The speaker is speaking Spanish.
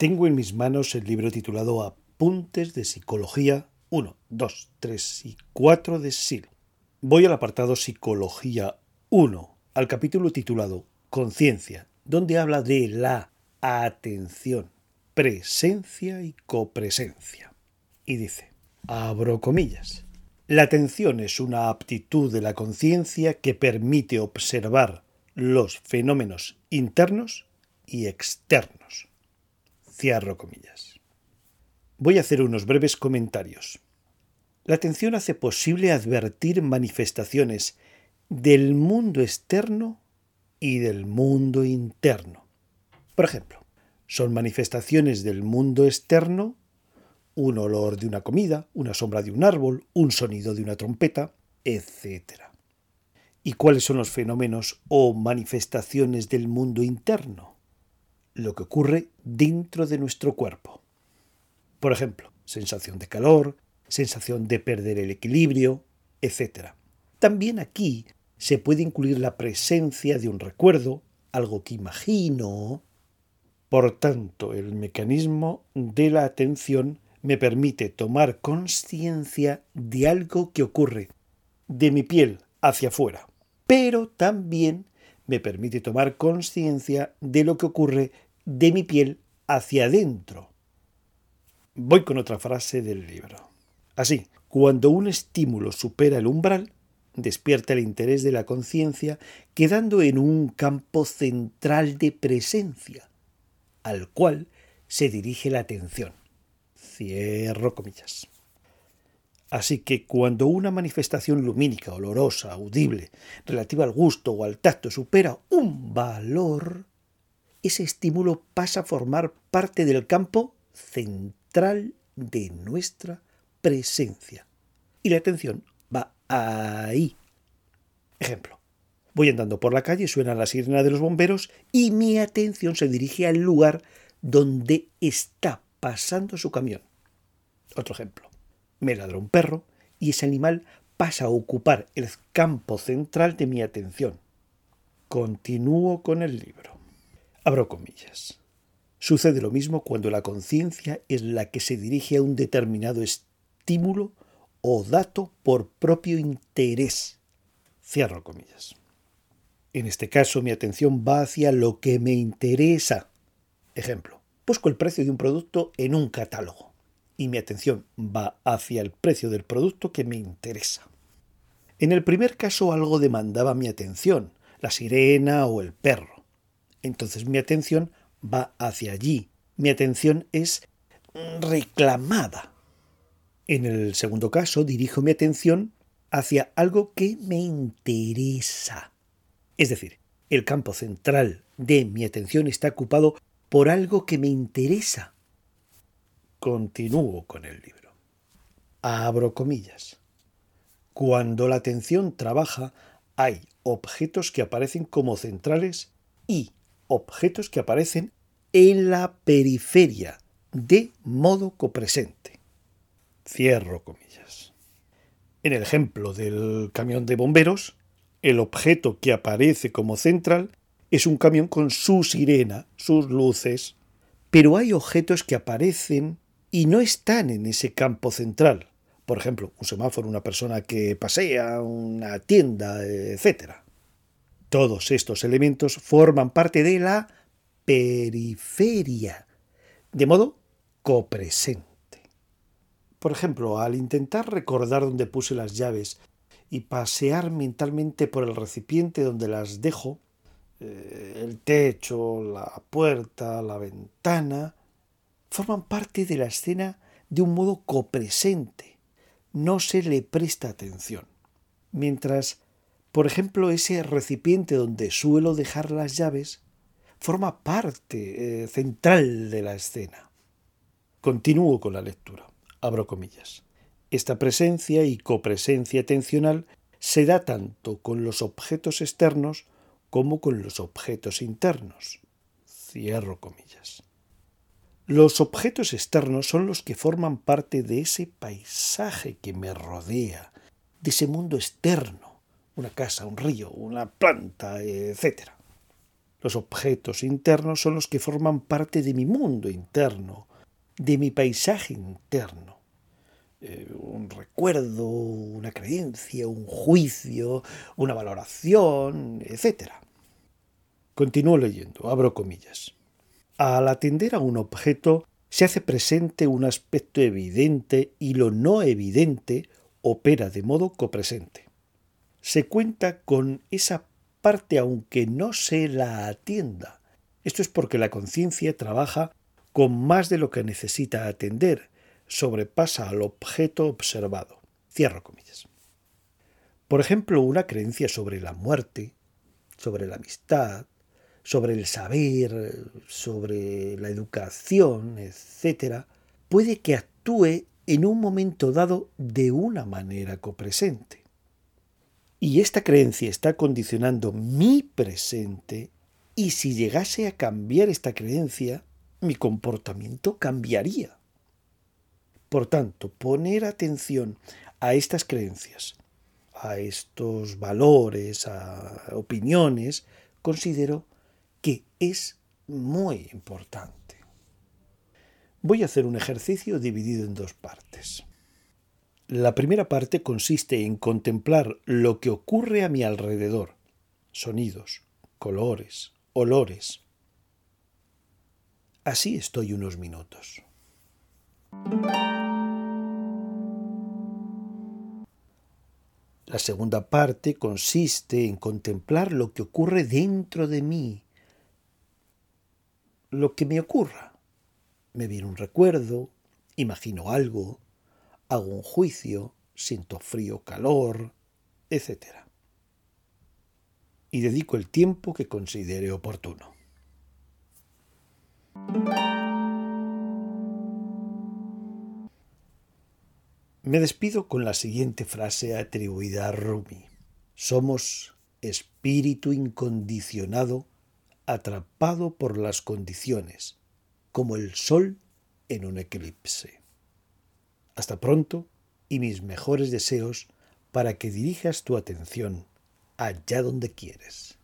Tengo en mis manos el libro titulado Apuntes de Psicología 1, 2, 3 y 4 de SIL. Voy al apartado Psicología 1, al capítulo titulado Conciencia, donde habla de la atención, presencia y copresencia. Y dice, abro comillas, la atención es una aptitud de la conciencia que permite observar los fenómenos internos y externos. Cierro comillas. Voy a hacer unos breves comentarios. La atención hace posible advertir manifestaciones del mundo externo y del mundo interno. Por ejemplo, son manifestaciones del mundo externo un olor de una comida, una sombra de un árbol, un sonido de una trompeta, etc. ¿Y cuáles son los fenómenos o manifestaciones del mundo interno? Lo que ocurre dentro de nuestro cuerpo. Por ejemplo, sensación de calor, sensación de perder el equilibrio, etc. También aquí se puede incluir la presencia de un recuerdo, algo que imagino. Por tanto, el mecanismo de la atención me permite tomar conciencia de algo que ocurre de mi piel hacia afuera, pero también me permite tomar conciencia de lo que ocurre de mi piel hacia adentro. Voy con otra frase del libro. Así, cuando un estímulo supera el umbral, despierta el interés de la conciencia, quedando en un campo central de presencia, al cual se dirige la atención. Cierro comillas. Así que cuando una manifestación lumínica, olorosa, audible, relativa al gusto o al tacto supera un valor, ese estímulo pasa a formar parte del campo central de nuestra presencia. Y la atención va ahí. Ejemplo. Voy andando por la calle, suena la sirena de los bomberos y mi atención se dirige al lugar donde está pasando su camión. Otro ejemplo. Me ladra un perro y ese animal pasa a ocupar el campo central de mi atención. Continúo con el libro. Abro comillas. Sucede lo mismo cuando la conciencia es la que se dirige a un determinado estímulo o dato por propio interés. Cierro comillas. En este caso, mi atención va hacia lo que me interesa. Ejemplo, busco el precio de un producto en un catálogo y mi atención va hacia el precio del producto que me interesa. En el primer caso, algo demandaba mi atención, la sirena o el perro. Entonces mi atención va hacia allí. Mi atención es reclamada. En el segundo caso, dirijo mi atención hacia algo que me interesa. Es decir, el campo central de mi atención está ocupado por algo que me interesa. Continúo con el libro. Abro comillas. Cuando la atención trabaja, hay objetos que aparecen como centrales y objetos que aparecen en la periferia, de modo copresente. Cierro comillas. En el ejemplo del camión de bomberos, el objeto que aparece como central es un camión con su sirena, sus luces. Pero hay objetos que aparecen y no están en ese campo central. Por ejemplo, un semáforo, una persona que pasea, una tienda, etc. Todos estos elementos forman parte de la periferia, de modo copresente. Por ejemplo, al intentar recordar dónde puse las llaves y pasear mentalmente por el recipiente donde las dejo, el techo, la puerta, la ventana, forman parte de la escena de un modo copresente. No se le presta atención. Mientras, por ejemplo, ese recipiente donde suelo dejar las llaves forma parte central de la escena. Continúo con la lectura. Abro comillas. Esta presencia y copresencia atencional se da tanto con los objetos externos como con los objetos internos. Cierro comillas. Los objetos externos son los que forman parte de ese paisaje que me rodea, de ese mundo externo, una casa, un río, una planta, etc. Los objetos internos son los que forman parte de mi mundo interno, de mi paisaje interno. Un recuerdo, una creencia, un juicio, una valoración, etc. Continúo leyendo, abro comillas. Al atender a un objeto se hace presente un aspecto evidente y lo no evidente opera de modo copresente. Se cuenta con esa parte aunque no se la atienda. Esto es porque la conciencia trabaja con más de lo que necesita atender, sobrepasa al objeto observado. Cierro comillas. Por ejemplo, una creencia sobre la muerte, sobre la amistad, sobre el saber, sobre la educación, etc., puede que actúe en un momento dado de una manera copresente. Y esta creencia está condicionando mi presente, y si llegase a cambiar esta creencia, mi comportamiento cambiaría. Por tanto, poner atención a estas creencias, a estos valores, a opiniones, considero que es muy importante. Voy a hacer un ejercicio dividido en dos partes. La primera parte consiste en contemplar lo que ocurre a mi alrededor, sonidos, colores, olores. Así estoy unos minutos. La segunda parte consiste en contemplar lo que ocurre dentro de mí, lo que me ocurra. Me viene un recuerdo, imagino algo, hago un juicio, siento frío, calor, etc. Y dedico el tiempo que considere oportuno. Me despido con la siguiente frase atribuida a Rumi. Somos espíritu incondicionado atrapado por las condiciones, como el sol en un eclipse. Hasta pronto y mis mejores deseos para que dirijas tu atención allá donde quieres.